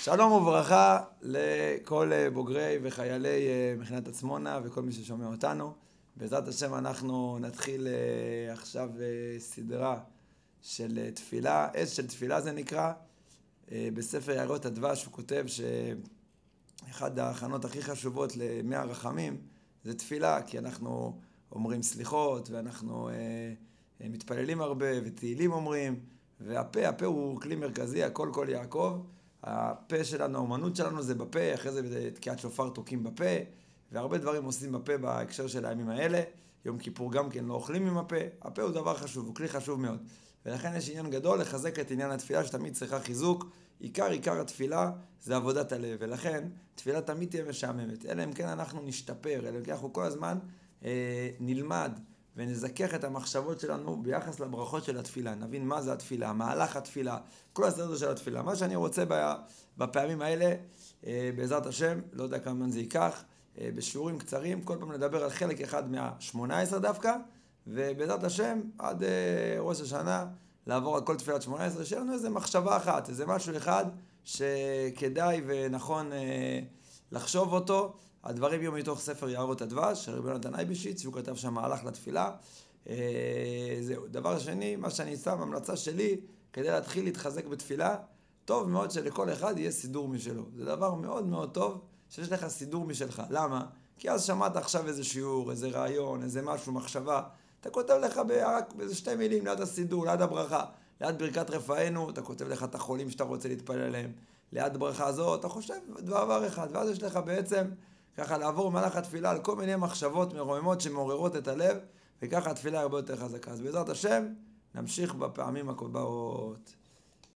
שלום וברכה לכל בוגרי וחיילי מכינת עצמונה וכל מי ששומע אותנו. בעזרת השם אנחנו נתחיל עכשיו סדרה של תפילה, אש של תפילה זה נקרא. בספר יערות הדבש הוא כותב שאחד ההכנות הכי חשובות לימי הרחמים זה תפילה, כי אנחנו אומרים סליחות ואנחנו מתפללים הרבה ותהילים אומרים, הפה הוא כלי מרכזי, הכל כל יעקב. הפה שלנו, האומנות שלנו זה בפה, אחרי זה תקיעת שופר תוקים בפה, והרבה דברים עושים בפה בהקשר של הימים האלה. יום כיפור גם כן לא אוכלים עם הפה. הפה הוא דבר חשוב, הוא כלי חשוב מאוד. ולכן יש עניין גדול לחזק את עניין התפילה שתמיד צריכה חיזוק. עיקר התפילה זה עבודת הלב, ולכן תפילה תמיד תהיה משעממת. אלא אם כן אנחנו נשתפר, אלא אם כן אנחנו כל הזמן נלמד ונזכך את המחשבות שלנו ביחס לברכות של התפילה. נבין מה זה התפילה, מהלך התפילה, כל הסדר של התפילה. מה שאני רוצה בפעמים האלה, בעזרת השם, לא יודע כמה זה ייקח, בשיעורים קצרים, כל פעם נדבר על חלק אחד מה-18 דווקא, ובעזרת השם, עד ראש השנה, לעבור על כל תפילת 18, שיהיה לנו איזה מחשבה אחת, איזה משהו אחד שכדאי ונכון לחשוב אותו. הדברים יהיו מתוך ספר יערות הדבש, של רבי יונתן אייבשיץ, שהוא כתב שם מהלך לתפילה. זהו. דבר שני, מה שאני שם, המלצה שלי, כדי להתחיל להתחזק בתפילה, טוב מאוד שלכל אחד יהיה סידור משלו. זה דבר מאוד מאוד טוב שיש לך סידור משלך. למה? כי אז שמעת עכשיו איזה שיעור, איזה רעיון, איזה משהו, מחשבה. אתה כותב לך רק באיזה 2 מילים ליד הסידור, ליד הברכה. ליד ברכת רפאנו, אתה כותב לך את החולים שאתה רוצה להתפלל עליהם. ליד ברכה הזאת, אתה חושב דבר אחד, ואז יש לך בעצם ככה לעבור במהלך התפילה על כל מיני מחשבות מרוממות שמעוררות את הלב, וככה התפילה הרבה יותר חזקה. אז בעזרת השם, נמשיך בפעמים הבאות.